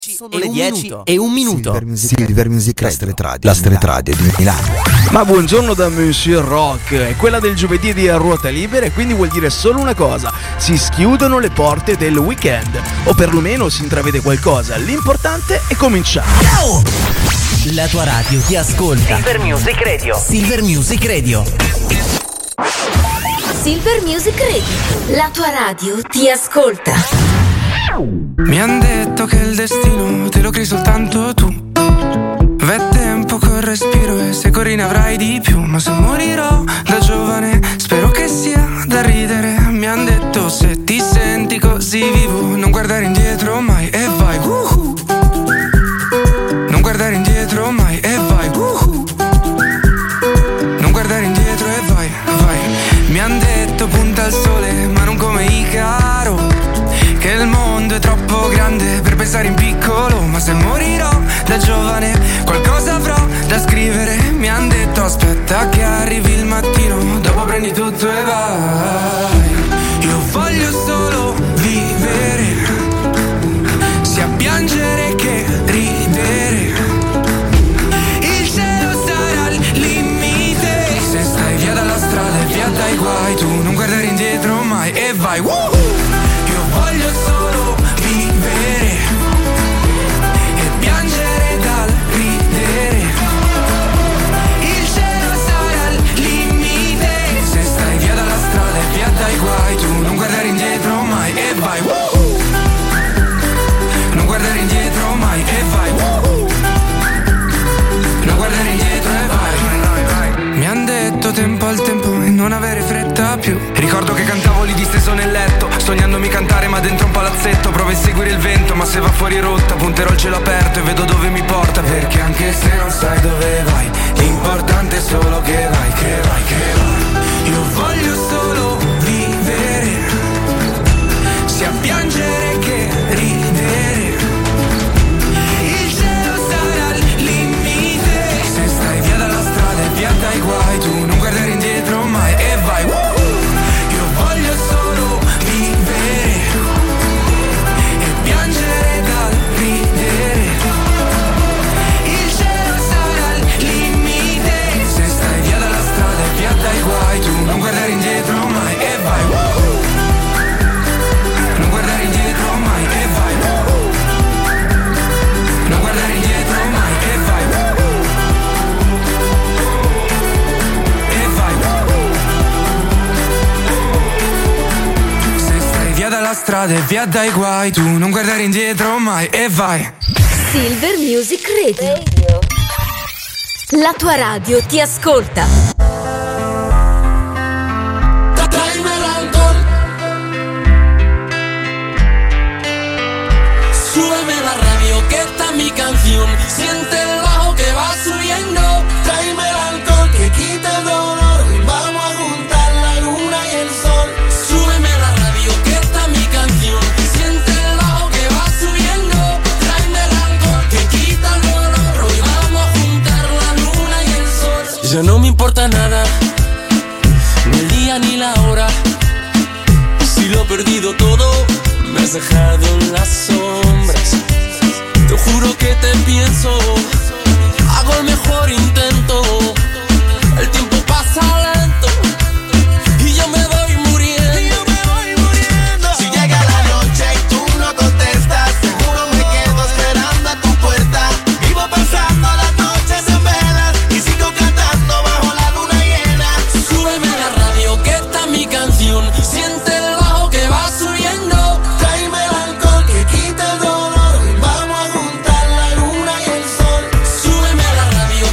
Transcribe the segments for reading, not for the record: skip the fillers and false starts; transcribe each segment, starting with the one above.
Sono le 10:01. Silver Music, la street radio di Milano. Ma buongiorno da Monsieur Rock, è quella del giovedì di A Ruota Libera e quindi vuol dire solo una cosa: si schiudono le porte del weekend, o perlomeno si intravede qualcosa. L'importante è cominciare. Ciao! La tua radio ti ascolta. Silver Music Radio. Silver Music Radio. Silver Music Radio. La tua radio ti ascolta. Mi han detto che il destino te lo crei soltanto tu. V'è tempo col respiro e se corri ne avrai di più. Ma se morirò da giovane spero che sia da ridere. Mi han detto se ti senti così vivo non guardare indietro mai e vai Non guardare indietro mai e vai Non guardare indietro e vai. Mi han detto punta al sole ma non come Icaro, che il mondo è troppo grande per pensare in piccolo. Ma se morirò da giovane qualcosa avrò da scrivere. Mi han detto aspetta che arrivi il mattino, dopo prendi tutto e vai. Io voglio solo vivere, sia piangere che ridere. Il cielo sarà il limite, se stai via dalla strada e via dai guai. Tu non guardare indietro mai e vai. Voglio solo vivere e piangere dal ridere. Il cielo sarà il limite, se stai via dalla strada e via dai guai. Tu non guardare indietro mai e vai. Non guardare indietro mai e vai. Non guardare indietro e vai. Mi han detto tempo al tempo e non avere fretta più. Ricordo che cantavo lì disteso nel letto, sognandomi cantare ma dentro un palazzetto. Provo a seguire il vento ma se va fuori rotta punterò il cielo aperto e vedo dove mi porta. Perché anche se non sai dove vai, l'importante è solo che vai, che vai, che vai. Io voglio solo vivere, sia piangere che ridere. Il cielo sarà il limite, se stai via dalla strada e via dai guai. Tu non guardare indietro mai e vai. Io voglio solo vivere e piangere dal ridere. Il cielo sarà il limite, se stai via dalla strada e via dai guai. Tu non guardare indietro mai e vai. Non guardare indietro mai e vai. Non guardare indietro mai e vai. E vai. Se stai via dalla strada e via dai guai. Tu non guardare indietro mai e vai. Silver Music Radio. La tua radio ti ascolta. Súbeme la radio que está mi canción. Siente el bajo que va subiendo. Tráeme el alcohol que quita el dolor. Vamos a juntar la luna y el sol. Súbeme la radio que está mi canción. Siente el bajo que va subiendo. Tráeme el alcohol que quita el dolor. Hoy vamos a juntar la luna y el sol. Ya no me importa nada, ni el día ni la hora. Si lo he perdido todo, me has dejado en las sombras. Te juro que te pienso, hago el mejor intento. El tiempo pasa lento y yo me voy muriendo. Si llega la noche y tú no contestas, seguro me quedo esperando a tu puerta. Vivo pasando las noches en velas y sigo cantando bajo la luna llena. Súbeme la radio que está mi canción. Siente el bajo que va subiendo. Tráeme el alcohol que quita el dolor. Vamos a juntar la luna y el sol. Súbeme la radio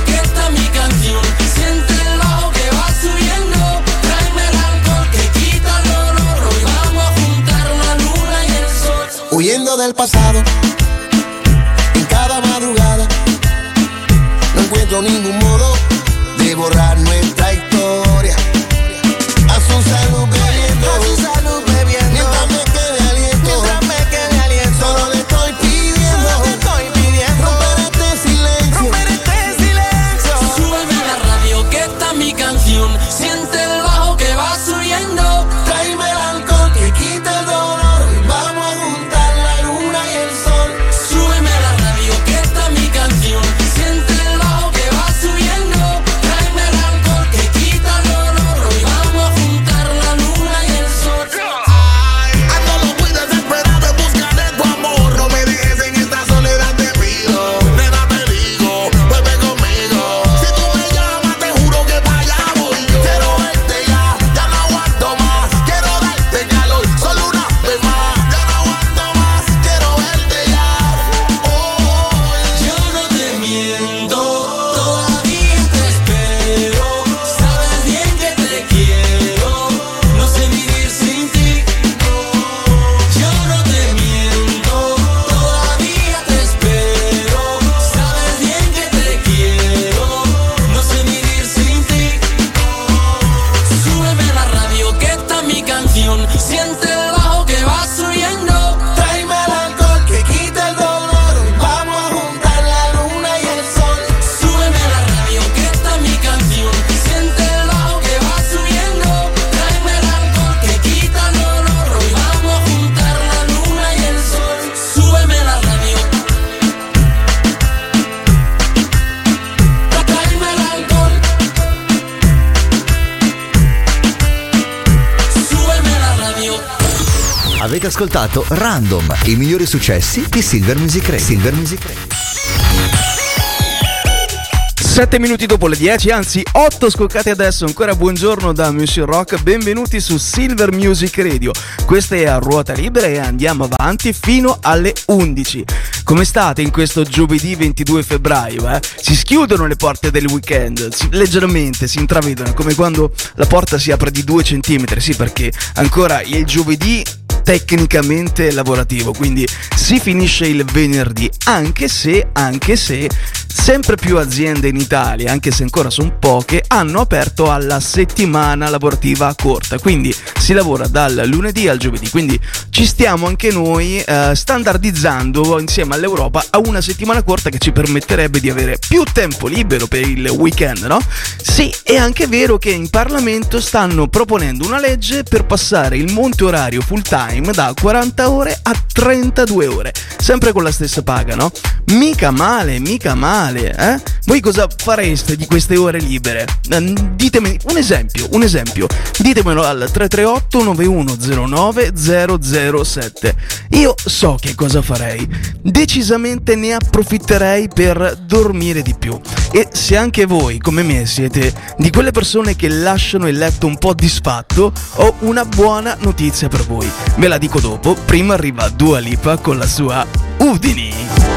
ascoltato Random, i migliori successi di Silver Music Radio. 7 minuti dopo le 10, anzi 8 scoccati adesso. Ancora buongiorno da Monsieur Rock, benvenuti su Silver Music Radio. Questa è A Ruota Libera e andiamo avanti fino alle 11. Come state in questo giovedì 22 febbraio? Si schiudono le porte del weekend, leggermente si intravedono, come quando la porta si apre di 2 centimetri. Sì, perché ancora il giovedì tecnicamente lavorativo, quindi si finisce il venerdì, anche se sempre più aziende in Italia, anche se ancora sono poche, hanno aperto alla settimana lavorativa corta, quindi si lavora dal lunedì al giovedì, quindi ci stiamo anche noi standardizzando insieme all'Europa a una settimana corta che ci permetterebbe di avere più tempo libero per il weekend, no? Sì, è anche vero che in Parlamento stanno proponendo una legge per passare il monte orario full time da 40 ore a 32 ore, sempre con la stessa paga, no? Mica male, eh? Voi cosa fareste di queste ore libere? Ditemi un esempio, ditemelo al 338 9109 007. Io so che cosa farei, decisamente ne approfitterei per dormire di più. E se anche voi, come me, siete di quelle persone che lasciano il letto un po' disfatto, ho una buona notizia per voi. Ve la dico dopo, prima arriva Dua Lipa con la sua Udini.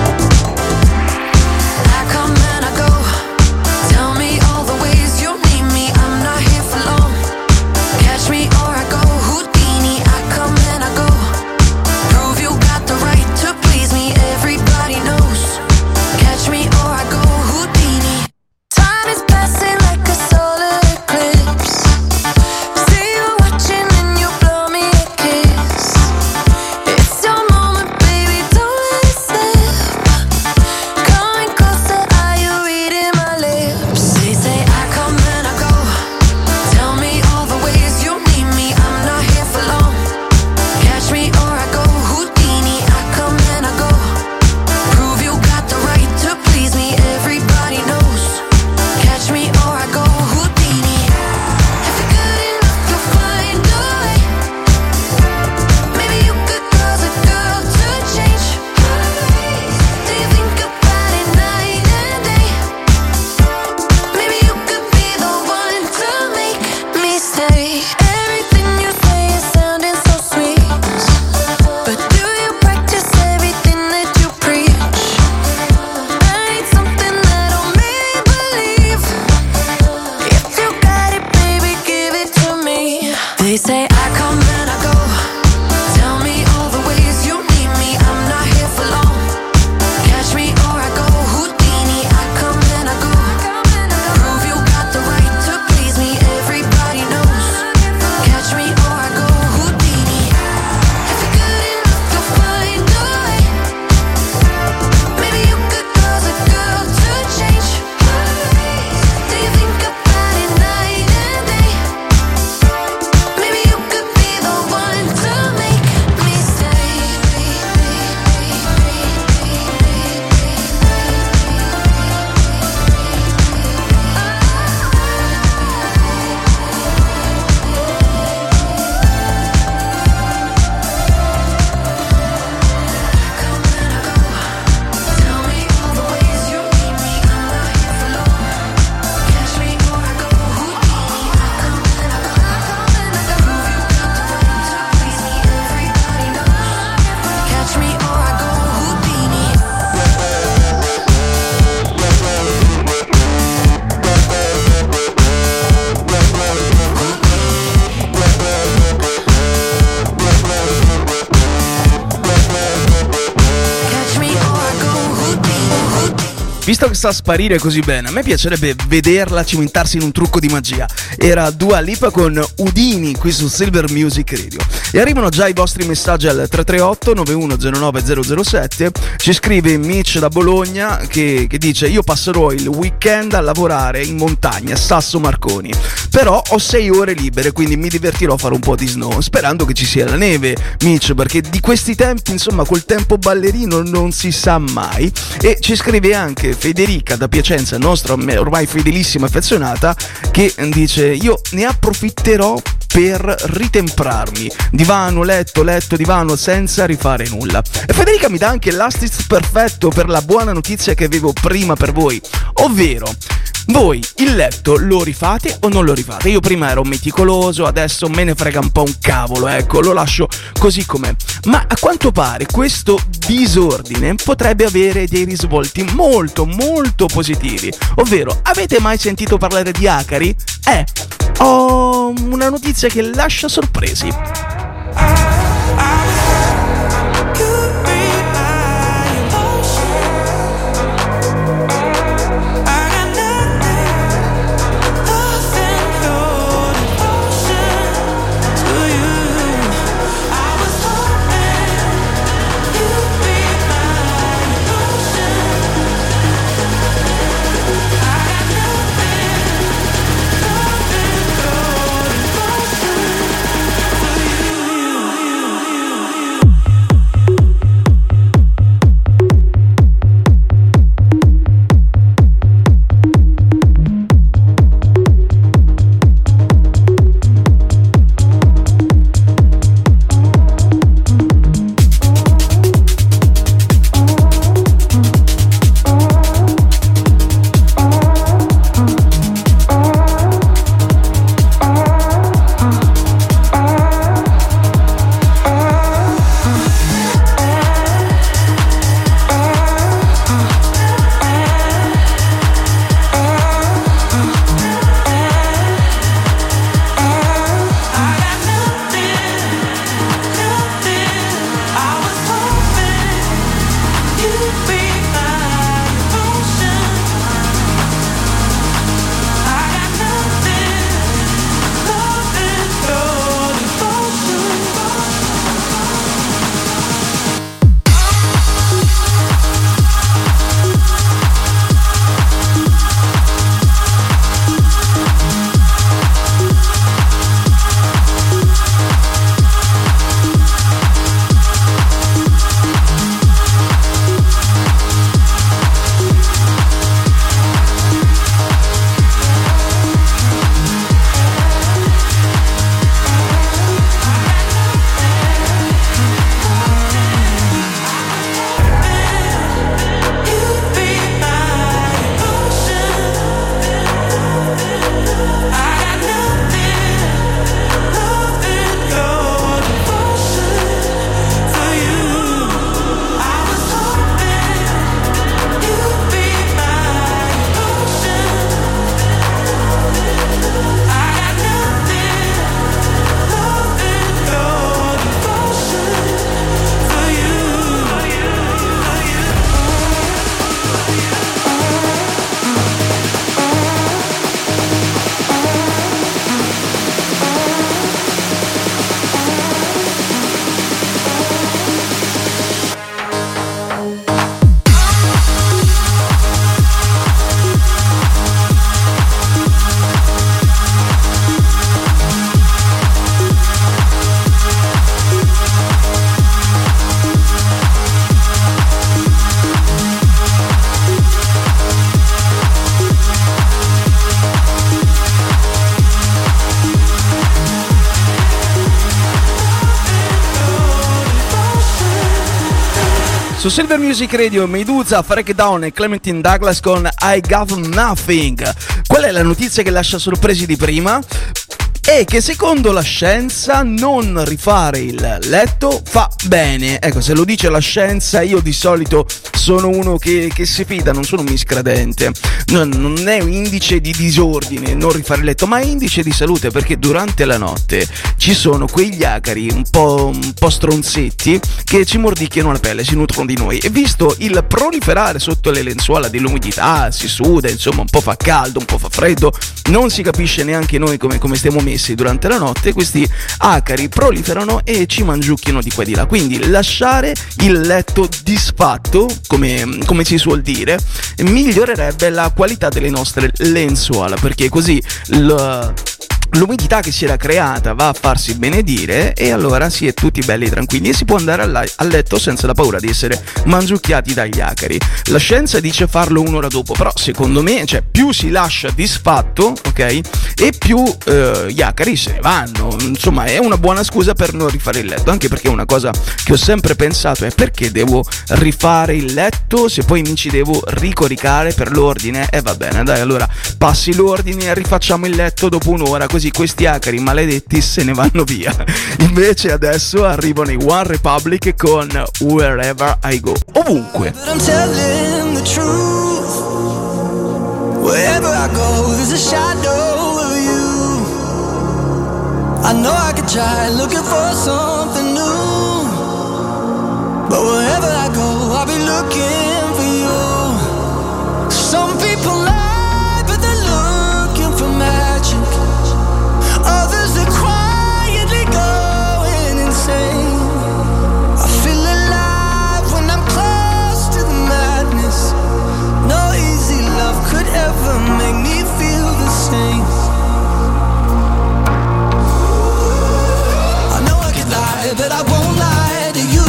Visto che sa sparire così bene, a me piacerebbe vederla cimentarsi in un trucco di magia. Era Dua Lipa con Udini qui su Silver Music Radio. E arrivano già i vostri messaggi al 338 9109 007. Ci scrive Mitch da Bologna che dice: io passerò il weekend a lavorare in montagna, Sasso Marconi, però ho 6 ore libere, quindi mi divertirò a fare un po' di snow, sperando che ci sia la neve, Mitch, perché di questi tempi, insomma, col tempo ballerino non si sa mai. E ci scrive anche Federica da Piacenza, nostra ormai fedelissima affezionata, che dice: io ne approfitterò per ritemprarmi. Divano, letto, letto, divano, senza rifare nulla. E Federica mi dà anche l'assist perfetto per la buona notizia che avevo prima per voi, ovvero: voi il letto lo rifate o non lo rifate? Io prima ero meticoloso, adesso me ne frega un po' un cavolo, ecco, lo lascio così com'è. Ma a quanto pare questo disordine potrebbe avere dei risvolti molto molto positivi. Ovvero, avete mai sentito parlare di acari? Ho una notizia che lascia sorpresi. Su Silver Music Radio, Medusa, Breakdown e Clementine Douglas con I Got Nothing. Qual è la notizia che lascia sorpresi di prima? È che secondo la scienza non rifare il letto fa bene. Ecco, se lo dice la scienza, io di solito sono uno che si fida, non sono un miscredente. Non è un indice di disordine non rifare il letto, ma è indice di salute, perché durante la notte ci sono quegli acari un po' stronzetti che ci mordicchiano la pelle, si nutrono di noi. E visto il proliferare sotto le lenzuola dell'umidità, si suda, insomma un po' fa caldo, un po' fa freddo, non si capisce neanche noi come stiamo messi durante la notte, questi acari proliferano e ci mangiucchiano di qua e di là. Quindi lasciare il letto disfatto, come si suol dire, migliorerebbe la qualità delle nostre lenzuola, perché così l'umidità che si era creata va a farsi benedire e allora si è tutti belli tranquilli e si può andare a letto senza la paura di essere mangiucchiati dagli acari. La scienza dice farlo un'ora dopo, però secondo me, cioè, più si lascia disfatto, ok, e più gli acari se ne vanno. Insomma, è una buona scusa per non rifare il letto, anche perché una cosa che ho sempre pensato è: perché devo rifare il letto se poi mi ci devo ricoricare per l'ordine? Va bene, dai, allora passi l'ordine e rifacciamo il letto dopo un'ora, così questi acari maledetti se ne vanno via. Invece adesso arrivano i One Republic con Wherever I Go. Ovunque. I'm telling the truth. Wherever I go, there's a shadow of you. I know I could try looking for something new, but wherever I go, I'll be looking for you. Some people lie, but they're looking for magic. Others are quietly going insane. I feel alive when I'm close to the madness. No easy love could ever make me feel the same. I know I could lie, but I won't lie to you.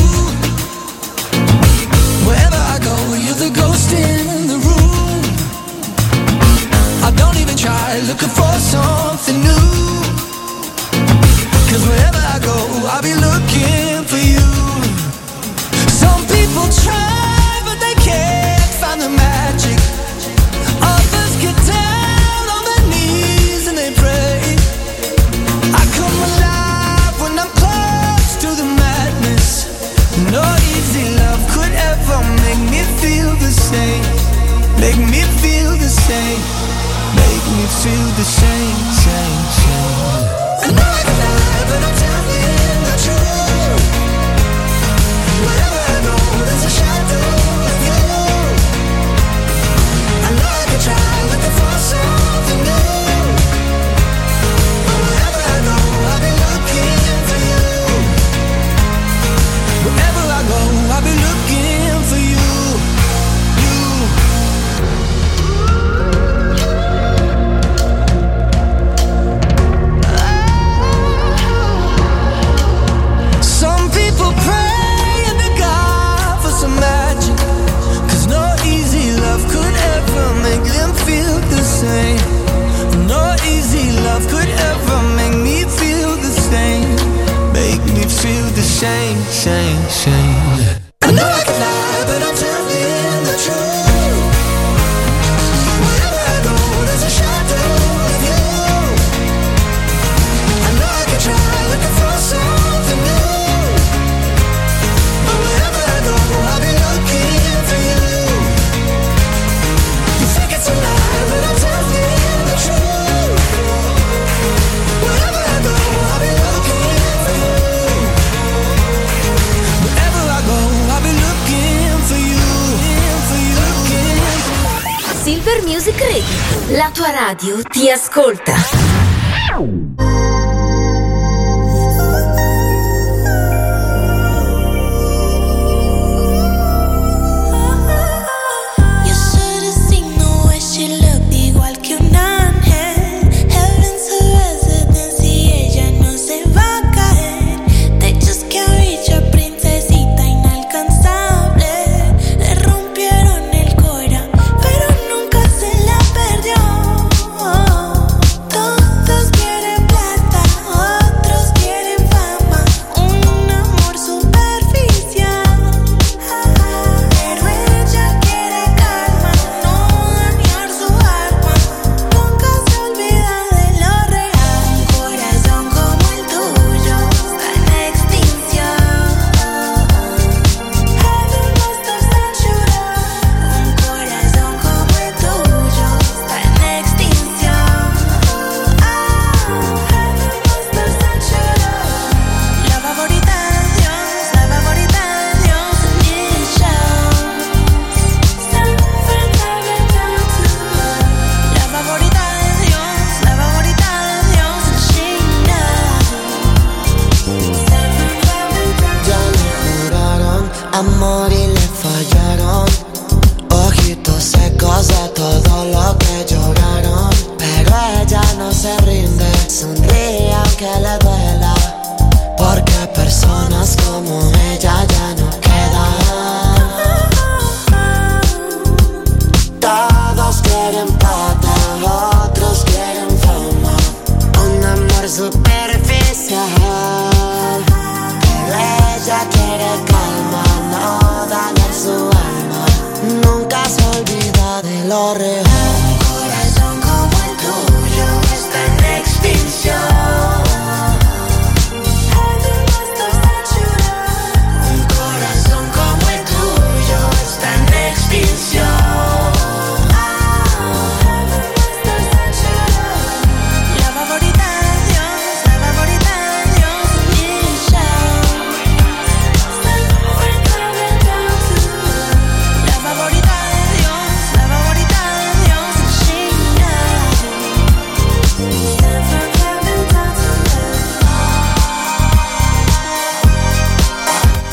Wherever I go, you're the ghost in the room. I don't even try looking for something new, 'cause wherever I go, I'll be looking for you. Some people try, but they can't find the magic. Others get down on their knees and they pray. I come alive when I'm close to the madness. No easy love could ever make me feel the same. Make me feel the same. Make me feel the same, same, same. I know I can lie, but I'm telling the truth. Wherever I go, there's a shadow of you. I know I can try looking for something new, but wherever I go, I'll be looking for you. Wherever I go, I'll be looking for you. Some people pray and beg God for some magic, 'cause no easy love could ever make them feel the same. No easy love could ever make me feel the same. Make me feel the same, same, same. I know I can lie, but I'm telling the truth. Wherever I go, there's a shadow of you. I know I can try looking for something new, but wherever I go, I'll be looking for you. You think it's a lie, but I'm telling the truth. Wherever I go, I'll be looking for you. Wherever I go, I'll be looking for you. Silver Music Radio, la tua radio ti ascolta. You should have seen the way she looked, igual que un ángel. Heaven's her residence y ella no se va a caer. They just can't reach her, princesita inalcanzable. Le rompieron el cora, pero nunca se la perdió. Todos quieren plata, otros quieren fama, un amor superficial. Pero ella quiere calma, no dañar su alma, nunca se olvida de lo real. Un corazón como el tuyo está en extinción. Heaven must have sent you down. Un corazón como el tuyo está en extinción. Heaven must have sent you down. La favorita de Dios, la favorita de Dios, Nisha. Sent from heaven down to earth. La favorita de Dios, la favorita de Dios, she knows. Sent from heaven down to Ya le juraron amor y le fallaron. Ojitos secos de todo lo que lloraron, pero ella no se rinde. Su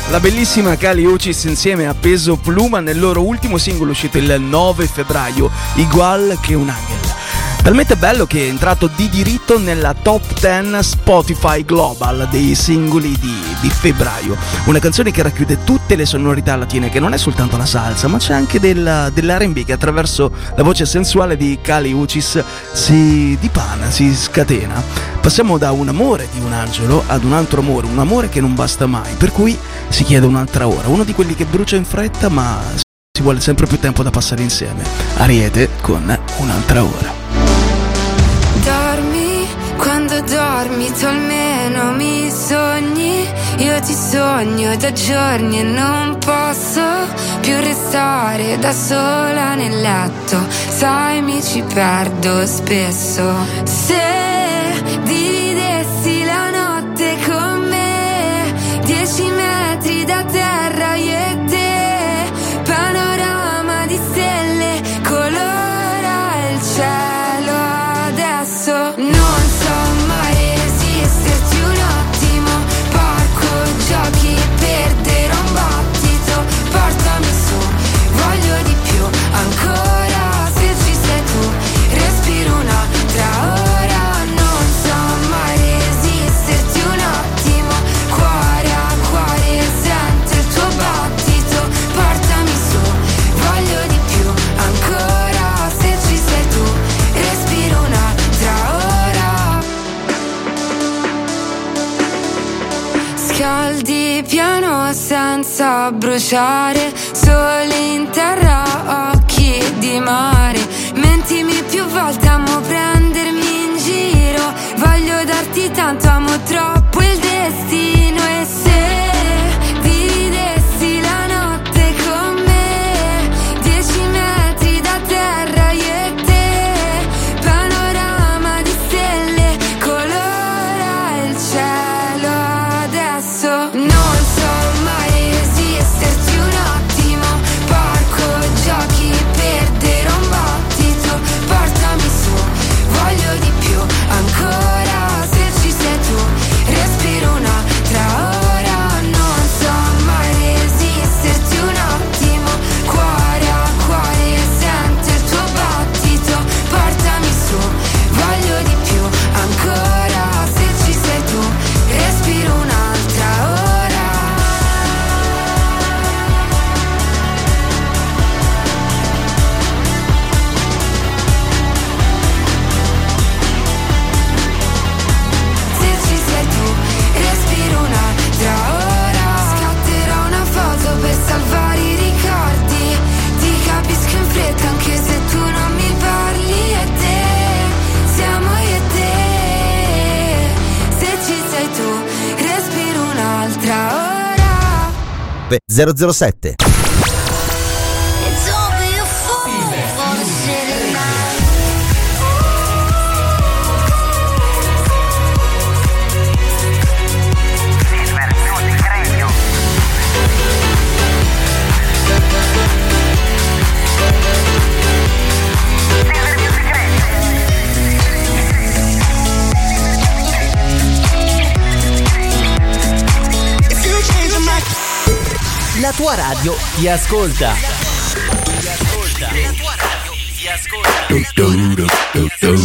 La bellissima Kali Uchis insieme a Peso Pluma nel loro ultimo singolo uscito il 9 febbraio, Igual che un angel. Talmente bello che è entrato di diritto nella top 10 Spotify Global dei singoli di febbraio. Una canzone che racchiude tutte le sonorità latine, che non è soltanto la salsa, ma c'è anche dell'R&B che attraverso la voce sensuale di Kali Uchis si dipana, si scatena. Passiamo da un amore di un angelo ad un altro amore, un amore che non basta mai, per cui si chiede un'altra ora, uno di quelli che brucia in fretta ma si vuole sempre più tempo da passare insieme. Ariete con Un'altra ora. Dormi, quando dormi tu almeno mi sogni. Io ti sogno da giorni e non posso più restare da sola nel letto. Sai, mi ci perdo spesso. Se dividessi la notte con me, 10 metri da terra io e te, panorama di stelle, colora il cielo adesso. Non so mai resisterti un attimo, parco giochi, perderò un battito, portami su, voglio di più, ancora se ci sei tu, respiro un'altra ora. Non so mai resisterti un attimo, cuore a cuore sento il tuo battito, portami su, voglio di più, ancora se ci sei tu, respiro un'altra ora. Scaldi piano senza bruciare, soli in terra, occhi di mare. Mentimi più volte, amo prendermi in giro, voglio darti tanto, amo troppo il destino. E se dividessi la notte con me, 10 metri da terra io e te, panorama di stelle, colora il cielo adesso. Non so mai resisterti un attimo, parco giochi, perderò un battito, portami su, voglio di più, ancora se ci sei tu, respiro un'altra ora. Non so mai resisterti un attimo, cuore a cuore sento il tuo battito, portami su, voglio di più, ancora se ci sei tu, respiro un'altra ora. Se ci sei tu, respiro un'altra ora. Scatterò una foto per salvare i ricordi, ti capisco in fretta anche se tu non mi parli. E te, siamo io e te, se ci sei tu, respiro un'altra ora. 007. It's over your phone for the city night. La tua radio ti ascolta. La tua radio ti ascolta.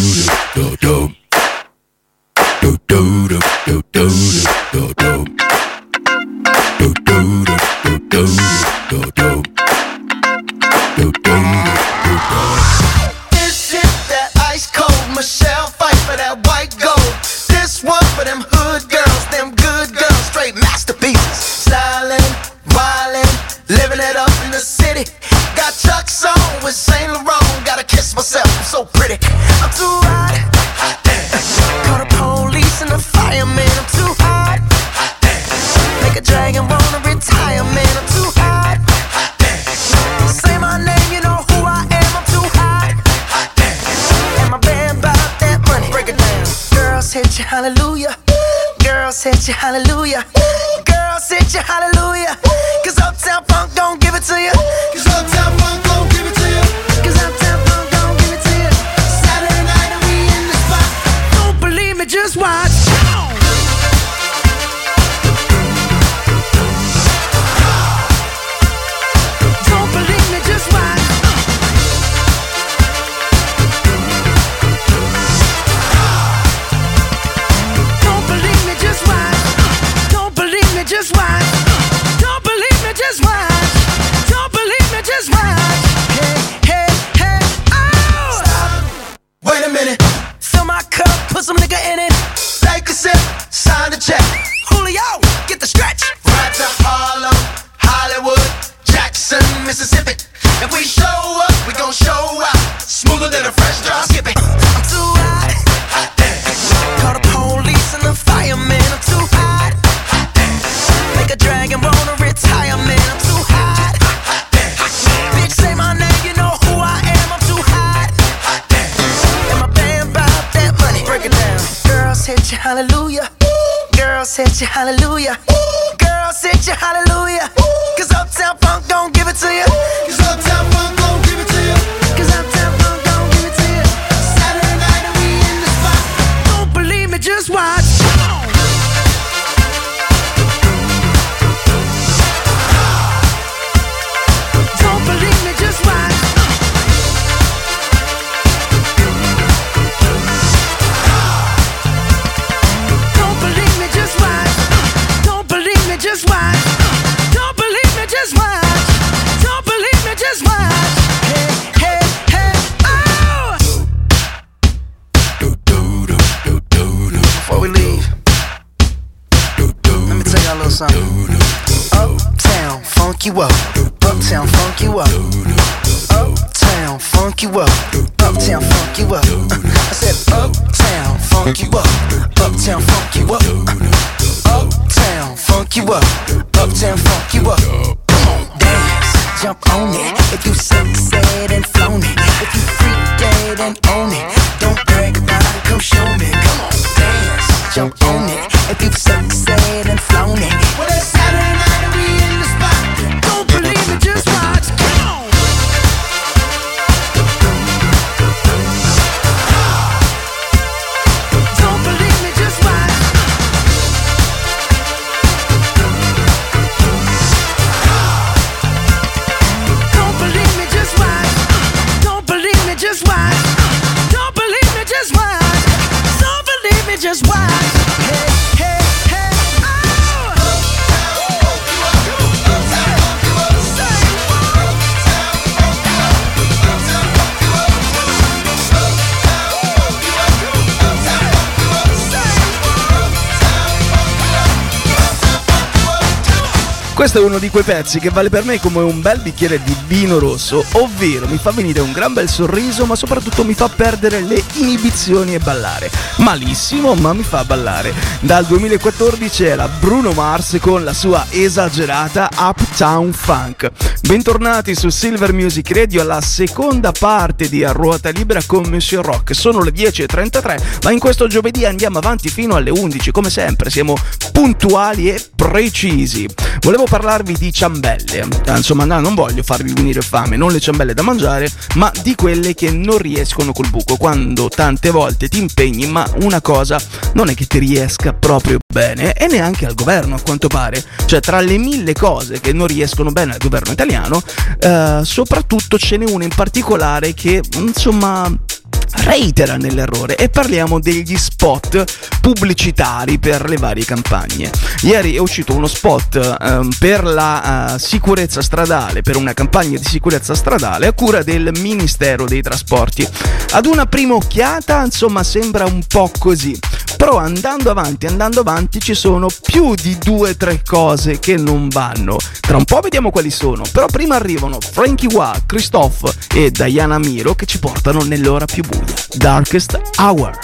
This shit that ice cold Michelle fight for that white gold. This one for them hood girls, them good girls, straight masterpieces. Stylin', wildin', living it up in the city. Got Chuck's on with Saint Laurent. Gotta kiss myself, I'm so pretty. I'm too hot. Call the police and the fireman. I'm too hot. Make a dragon wanna retire, man. I'm too hot. Say my name, you know who I am. I'm too hot. And my band bought that money. Break it down. Girls hit you, hallelujah. Girls hit you, hallelujah. Girls hit you, hallelujah. Cause Uptown Funk don't give it to you. Cause Uptown Funk don't give it to you. Cause Uptown Funk don't give it to you. Saturday night and we in the spot. Don't believe me, just watch. sit your hallelujah. Girl, sit your hallelujah. Cause Uptown Funk don't give it to you. Cause Uptown Funk don't give it to you. Cause Uptown Funk don't give it to you. Saturday night and we in the spot. Don't believe me, just watch. Don't believe me, just watch. Don't believe me, just watch. Don't believe me, just watch. Don't believe me, just watch. Don't believe me, just watch. Hey, hey, hey, oh! Before we leave, let me tell y'all a little something. Uptown, funk you up. Uptown, funk you up. Uptown, funk you up. Uptown, funk you up. I said uptown, funk you up. Uptown, funk you up. Uptown, funk you up. Uptown, funk you up. Come on, dance, jump on it. If you said and flown it. If you freak dead and own it. Don't brag about it, come show me. Come on, dance, jump on it. If you said and flown it. Well, it's Saturday night and we in the spot. Don't believe me, just watch. Come on. Don't believe me, just watch. Don't believe me, just watch. Don't believe me, just watch. Don't believe me, just watch. Don't believe me, just watch. Hey, hey, hey, Questo è uno di quei pezzi che vale per me come un bel bicchiere di vino rosso, ovvero mi fa venire un gran bel sorriso, ma soprattutto mi fa perdere le inibizioni e ballare. Malissimo, ma mi fa ballare. Dal 2014 era Bruno Mars con la sua esagerata Uptown Funk. Bentornati su Silver Music Radio alla seconda parte di A Ruota Libera con Monsieur Rock. Sono le 10:33, ma in questo giovedì andiamo avanti fino alle 11, come sempre, siamo puntuali e precisi. Volevo parlarvi di ciambelle, insomma no, non voglio farvi venire fame, non le ciambelle da mangiare, ma di quelle che non riescono col buco, quando tante volte ti impegni ma una cosa non è che ti riesca proprio bene, e neanche al governo a quanto pare. Cioè, tra le 1000 cose che non riescono bene al governo italiano, soprattutto ce n'è una in particolare che insomma reitera nell'errore, e parliamo degli spot pubblicitari per le varie campagne. Ieri è uscito uno spot per la sicurezza stradale, per una campagna di sicurezza stradale a cura del Ministero dei Trasporti. Ad una prima occhiata insomma sembra un po' così, però andando avanti ci sono più di 2-3 cose che non vanno. Tra un po' vediamo quali sono, però prima arrivano Frankie Wah, Christophe e Diana Miro che ci portano nell'ora più buia, Darkest Hour.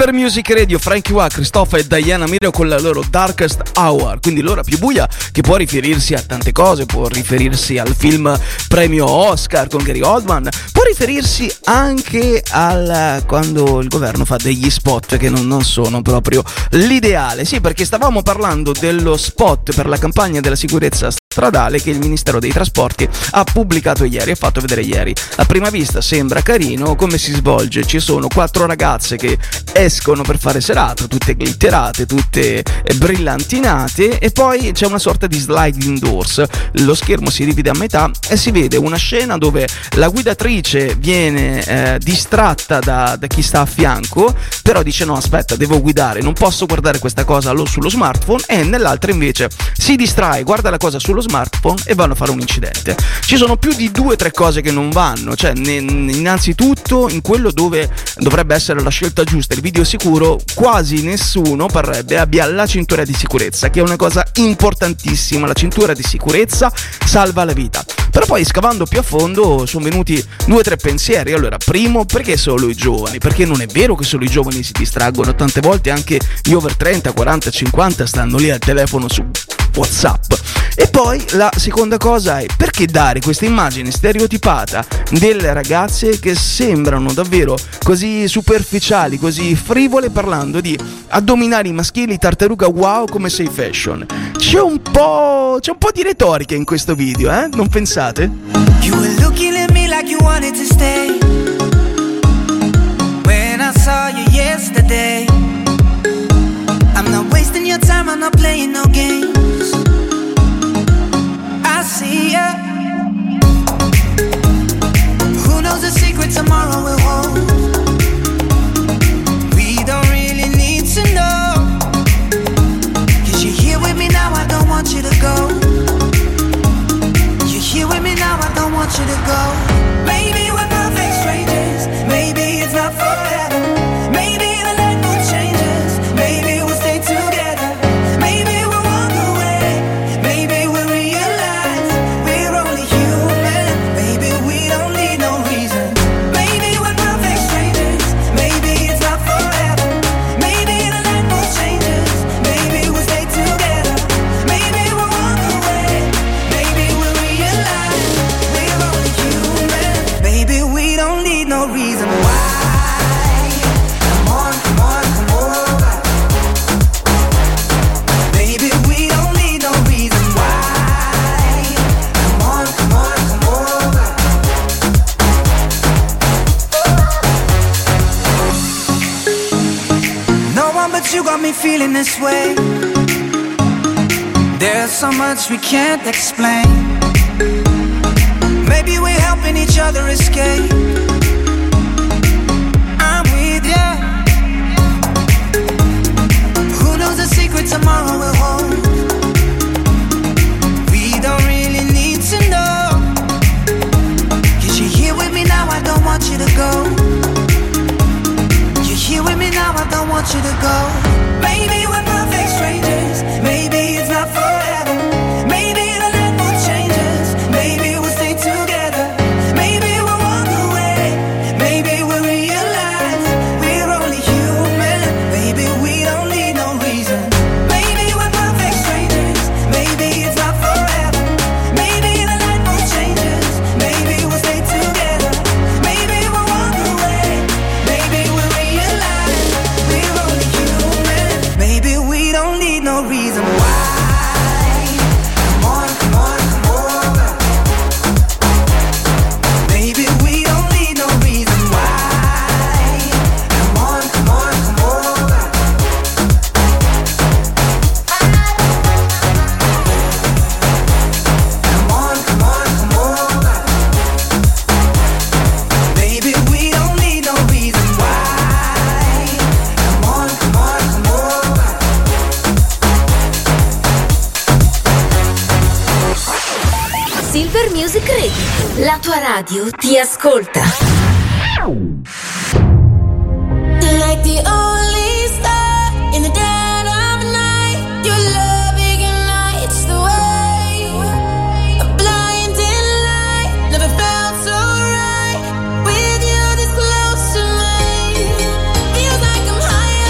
Silver Music Radio, Frankie Wa, Christopher e Diana Miro con la loro Darkest Hour, quindi l'ora più buia, che può riferirsi a tante cose, può riferirsi al film premio Oscar con Gary Oldman, può riferirsi anche al quando il governo fa degli spot che non sono proprio l'ideale. Sì, perché stavamo parlando dello spot per la campagna della sicurezza stradale che il Ministero dei Trasporti ha pubblicato ieri, ha fatto vedere ieri. A prima vista sembra carino come si svolge, ci sono 4 ragazze che escono per fare serata, tutte glitterate, tutte brillantinate, e poi c'è una sorta di sliding doors, lo schermo si divide a metà e si vede una scena dove la guidatrice viene distratta da chi sta a fianco, però dice no, aspetta, devo guidare, non posso guardare questa cosa sullo smartphone, e nell'altra invece si distrae, guarda la cosa sullo smartphone e vanno a fare un incidente. Ci sono più di 2-3 cose che non vanno, cioè innanzitutto in quello dove dovrebbe essere la scelta giusta, il video sicuro, quasi nessuno parrebbe abbia la cintura di sicurezza, che è una cosa importantissima. La cintura di sicurezza salva la vita. Però poi scavando più a fondo sono venuti 2-3 pensieri. Allora, primo, perché solo i giovani? Perché non è vero che solo i giovani si distraggono, tante volte anche gli over 30, 40, 50 stanno lì al telefono su WhatsApp. E poi la seconda cosa è: perché dare questa immagine stereotipata delle ragazze che sembrano davvero così superficiali, così frivole, parlando di addominali maschili, tartaruga wow come sei fashion? C'è un po' di retorica in questo video, non pensate? You were looking at me like you wanted to stay when I saw you yesterday. I'm not wasting your time, I'm not playing no games. I see ya. Who knows the secret tomorrow will hold? We don't really need to know. 'Cause you're here with me now, I don't want you to go. You're here with me now, I don't want you to go. Maybe we're perfect strangers, maybe it's not forever. Maybe the light will change us, maybe we'll stay together. Maybe we'll walk away, maybe we'll realize we're only human. Maybe we don't need no reason. Maybe we're perfect strangers, maybe it's not forever. Maybe the light will change us, maybe we'll stay together. Maybe we'll walk away, maybe we'll realize we're only human. Maybe we don't need no reason why. Come on, come on, come over. Baby, we don't need no reason why. Come on, come on, come over. No one but you got me feeling this way. There's so much we can't explain. Maybe we're helping each other escape. I'm with ya. Who knows the secret tomorrow will hold? We don't really need to know. 'Cause you're here with me now, I don't want you to go. You're here with me now, I don't want you to go. Maybe we're perfect strangers, maybe it's not forever. Maybe the light will change us, maybe we'll stay together. Maybe we'll walk away, maybe we'll realize we're only human. Maybe we don't need no reason. Maybe we're perfect strangers, maybe it's not forever. Maybe the light will change us, maybe we'll stay together. Maybe we'll walk away, maybe we'll realize we're only human. Maybe we don't need no reason why. Come on, come on, come over. Maybe we don't need no reason why. Come on, come on, come over. Come on, come on, come over. Maybe we don't need no reason why. Come on, come on, come over. Silver Music Radio, la tua radio ti ascolta. Like the only star in the dead of night, your love ignites the way. A blinding light, never felt so right. With you this close to me, feels like I'm higher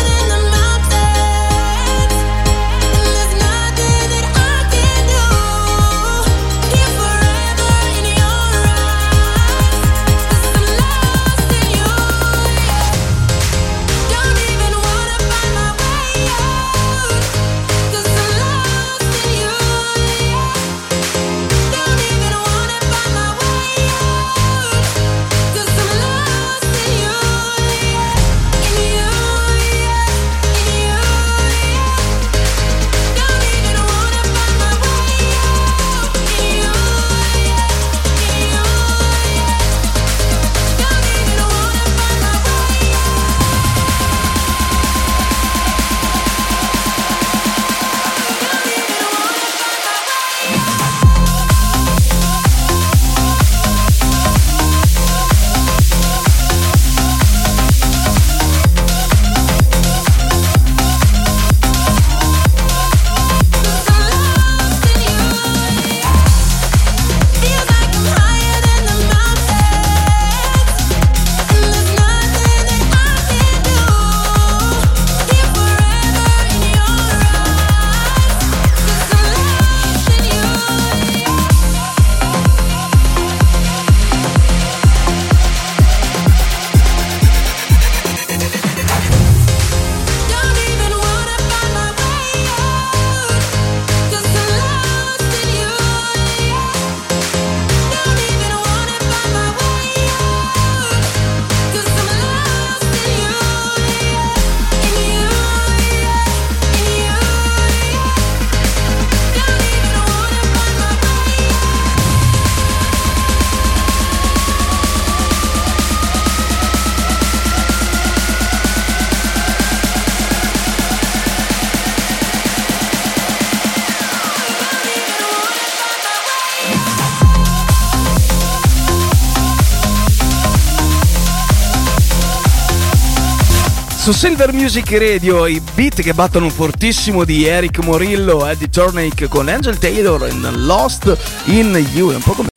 Su Silver Music Radio i beat che battono fortissimo di Eric Morillo e di Tornick con Angel Taylor in Lost in You. È un po' come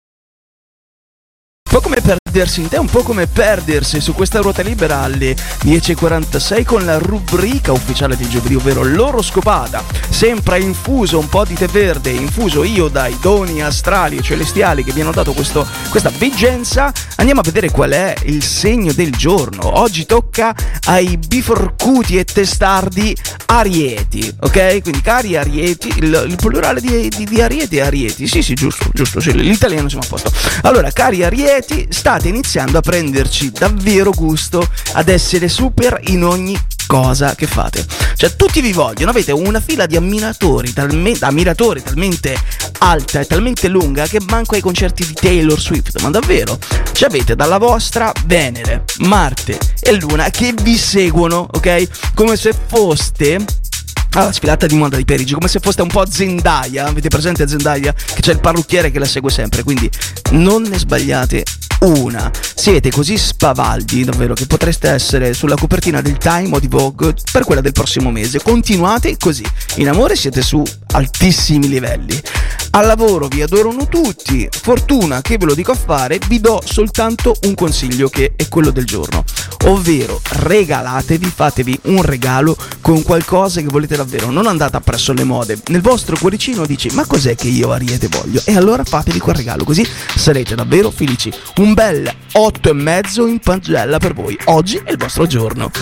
perdersi in te, un po' come perdersi su questa ruota libera alle 10.46 con la rubrica ufficiale del giovedì, ovvero l'oroscopata. Sempre infuso un po' di tè verde, infuso io dai doni astrali e celestiali che vi hanno dato questa veggenza. Andiamo a vedere qual è il segno del giorno. Oggi tocca ai biforcuti e testardi Arieti, ok? Quindi cari Arieti, il plurale di Arieti è Arieti. Sì, giusto, sì, l'italiano siamo a posto. Allora, cari Arieti, state iniziando a prenderci davvero gusto ad essere super in ogni cosa che fate. Cioè, tutti vi vogliono, avete una fila di ammiratori talmente alta e talmente lunga che manco ai concerti di Taylor Swift, ma davvero? Ci avete dalla vostra Venere, Marte e Luna che vi seguono, ok? Come se foste alla sfilata di moda di Parigi, come se foste un po' Zendaya. Avete presente Zendaya? Che c'è il parrucchiere che la segue sempre, quindi non ne sbagliate una. Siete così spavaldi davvero che potreste essere sulla copertina del Time o di Vogue per quella del prossimo mese. Continuate così, in amore siete su altissimi livelli, al lavoro vi adorano tutti. Fortuna, che ve lo dico a fare, vi do soltanto un consiglio che è quello del giorno, ovvero regalatevi, fatevi un regalo con qualcosa che volete davvero. Non andate appresso alle mode, nel vostro cuoricino dici ma cos'è che io Ariete voglio, e allora fatevi quel regalo, così sarete davvero felici. Un bel 8,5 in pagella per voi, oggi è il vostro giorno.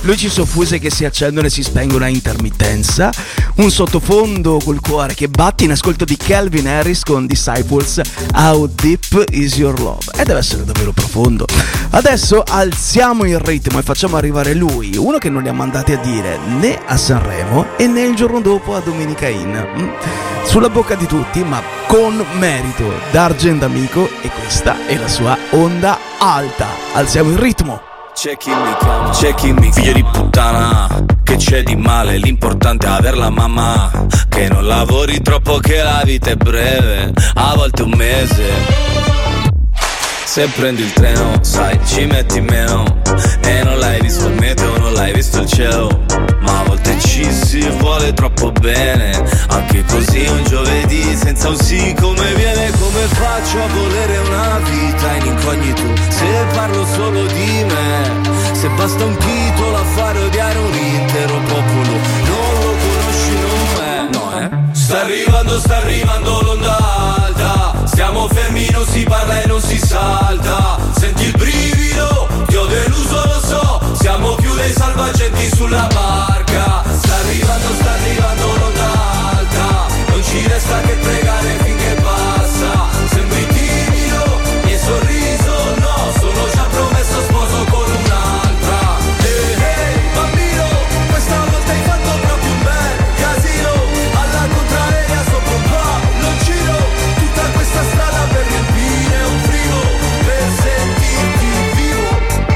luci soffuse che si accendono e si spengono a intermittenza, un sottofondo col cuore che batte in ascolto di Calvin Harris con Disciples, How Deep Is Your Love, e deve essere davvero profondo. Adesso alziamo il ritmo e facciamo arrivare lui, uno che non li ha mandati a dire né a Sanremo e né il giorno dopo a Domenica In. Sulla bocca di tutti, ma con merito, Dargen D'Amico, e questa è la sua Onda Alta. Alziamo il ritmo. C'è chi mi chiama, c'è chi mi figlio di puttana. Che c'è di male, l'importante è averla mamma. Che non lavori troppo, che la vita è breve, a volte un mese. Se prendi il treno, sai, ci metti meno. E non l'hai visto il meteo, non l'hai visto il cielo. Ma a volte ci si vuole troppo bene. Anche così un giovedì senza un sì come viene. Come faccio a volere una vita in incognito se parlo solo di me? Se basta un titolo a fare odiare un intero popolo. Non lo conosci, non è? No, Sta arrivando l'onda alta. Stiamo fermi, non si parla e non si salta. Senti il brivido, ti ho deluso, lo so. Siamo più dei salvagenti sulla barca. Sta arrivando l'onda alta. Non ci resta che pregare finché passa. Sembri timido, mio sorriso no. Sono già promesso sposo con un'altra. Ehi, bambino, questa volta hai fatto proprio un bel casino. Alla contraria sopra un palloncino. Tutta questa strada per riempire un frigo, per sentirti vivo.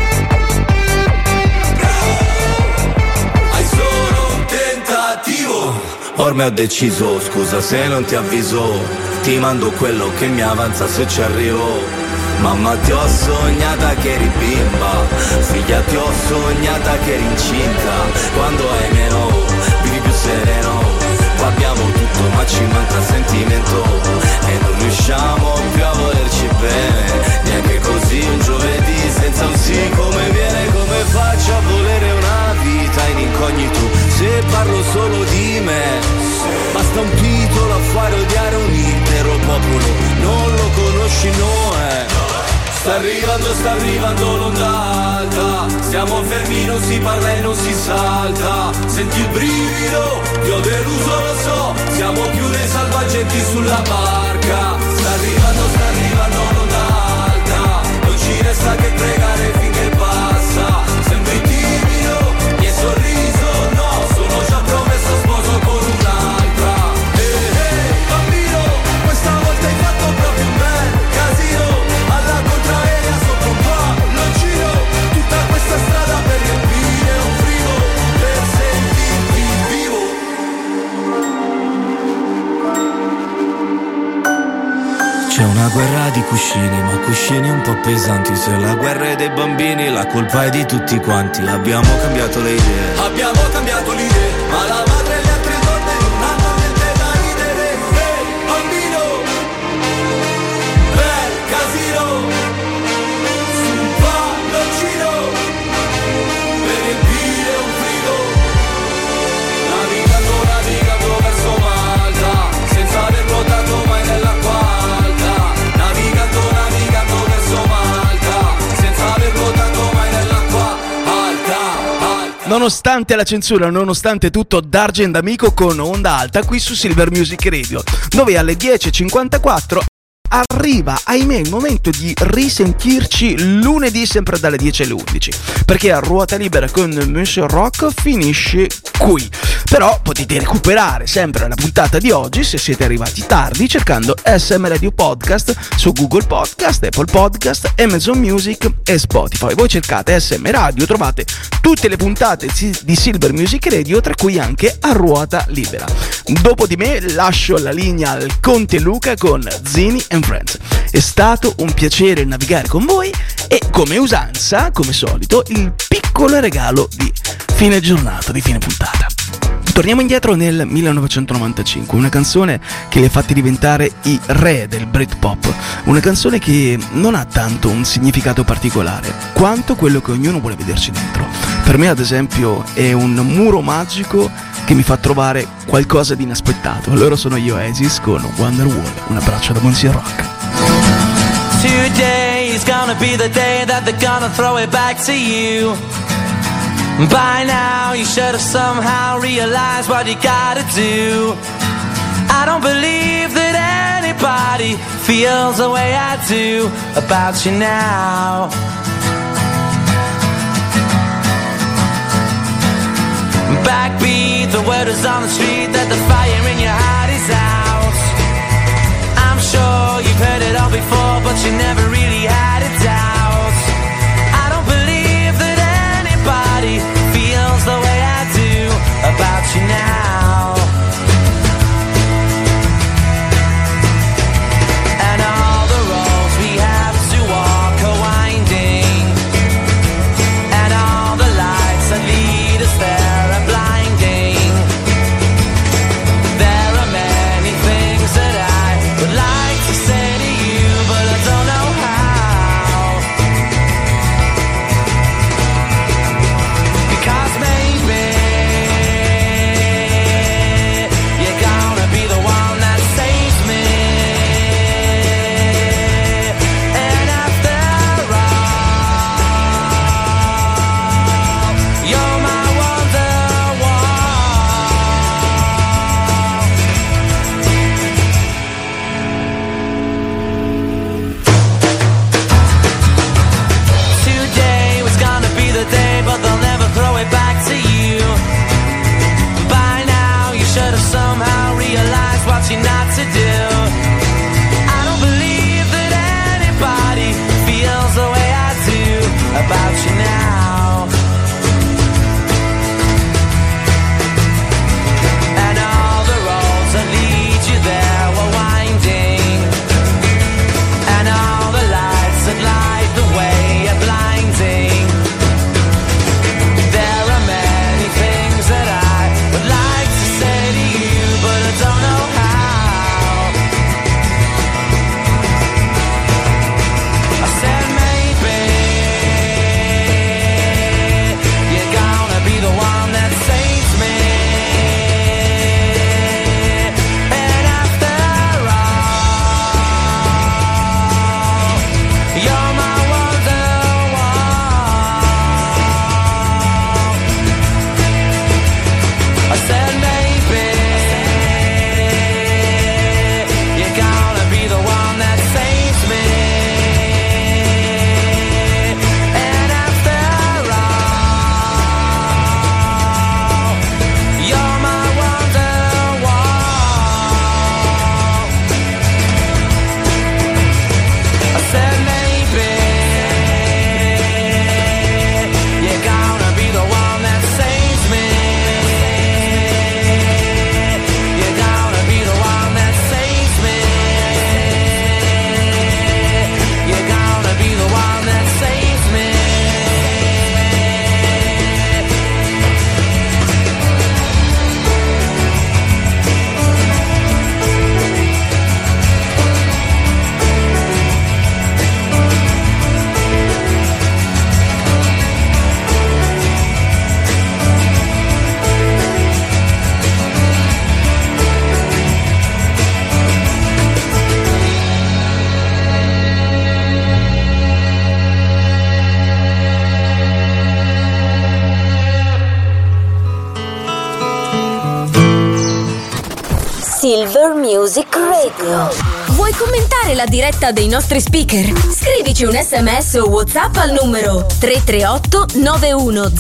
Hai solo un tentativo. Ormai ho deciso, scusa se non ti avviso. Ti mando quello che mi avanza se ci arrivo. Mamma ti ho sognata che eri bimba. Figlia ti ho sognata che eri incinta. Quando hai meno, vivi più sereno. Qua abbiamo tutto ma ci manca sentimento. E non riusciamo più a volerci bene. Neanche così un giovedì senza un sì come viene. Come faccio a volere una vita in incognito se parlo solo di me? Basta un titolo a fare odiare un intero popolo. Non lo conosci, no è? Sta arrivando l'onda alta. Stiamo fermi, non si parla e non si salta. Senti il brivido, ti ho deluso, lo so. Siamo più dei salvagenti sulla barca. Sta arrivando l'onda alta. Non ci resta che pregare finché passa. Sembri timido, mio sorriso no. Sono già promesso sposo con un'altra. Ehi, bambino, questa volta hai fatto proprio un bel casino. Alla contraerea sopra un palloncino. Tutta questa strada per riempire un frigo, per sentirti vivo. C'è una guerra di cuscini, ma cuscini un po' pesanti. Se la guerra è dei bambini, la colpa è di tutti quanti. Abbiamo cambiato le idee, ma la madre e le altre donne non hanno niente da ridere. Ehi, bambino, bel casino, su un palloncino, per riempire un frigo. Navigando verso Malta, senza aver nuotato mai nell'acqua alta. Navigando verso Malta, senza aver nuotato mai nell'acqua alta. Nonostante la censura, nonostante tutto, Dargen D'Amico con Onda Alta qui su Silver Music Radio, dove alle 10.54 arriva, ahimè, il momento di risentirci lunedì sempre dalle 10 alle 11, perché a Ruota Libera con Monsieur Rock finisce qui. Però potete recuperare sempre la puntata di oggi se siete arrivati tardi cercando SM Radio Podcast su Google Podcast, Apple Podcast, Amazon Music e Spotify. Voi cercate SM Radio, trovate tutte le puntate di Silver Music Radio, tra cui anche a Ruota Libera. Dopo di me lascio la linea al Conte Luca con Zini and Friends. È stato un piacere navigare con voi e, come usanza, come solito, il piccolo regalo di fine giornata, di fine puntata. Torniamo indietro nel 1995, una canzone che li ha fatti diventare i re del Britpop, una canzone che non ha tanto un significato particolare quanto quello che ognuno vuole vederci dentro. Per me, ad esempio, è un muro magico che mi fa trovare qualcosa di inaspettato. Loro sono gli Oasis con Wonderwall. Un abbraccio da Monsieur Rock. Today is gonna be the day that they're gonna throw it back to you. By now you should have somehow realized what you gotta do. I don't believe that anybody feels the way I do about you now. Backbeat, the word is on the street that the fire in your heart is out. I'm sure you've heard it all before, but you never really had a doubt. I don't believe that anybody feels the way I do about you now. And all the roads we have to walk are winding, and all the lights that lead us there are blinding. There are many things that I would like to say to you, but I don't know how. Because maybe you're gonna be the one that saves me. And after all, you're my wonderwall. Today was gonna be the day, but they'll never throw it back to you. By now you should have somehow realized what you're not to do. I don't believe that anybody feels the way I do about you now. And all the roads that lead you there were winding, and all the lights that light the way are blinding. There are many things that I would like to say to you, but I don't know how. I said maybe you're gonna be the one that saves me. And after all, you're my wonderwall. I said maybe you're gonna be the one that saves me. And after all, you're my wonderwall. I said maybe you're gonna be the one that saves me. You're gonna be the one that saves me. You're gonna be the one that saves me. Silver Music Radio. Vuoi commentare la diretta dei nostri speaker? Scrivici un SMS o WhatsApp al numero 338 91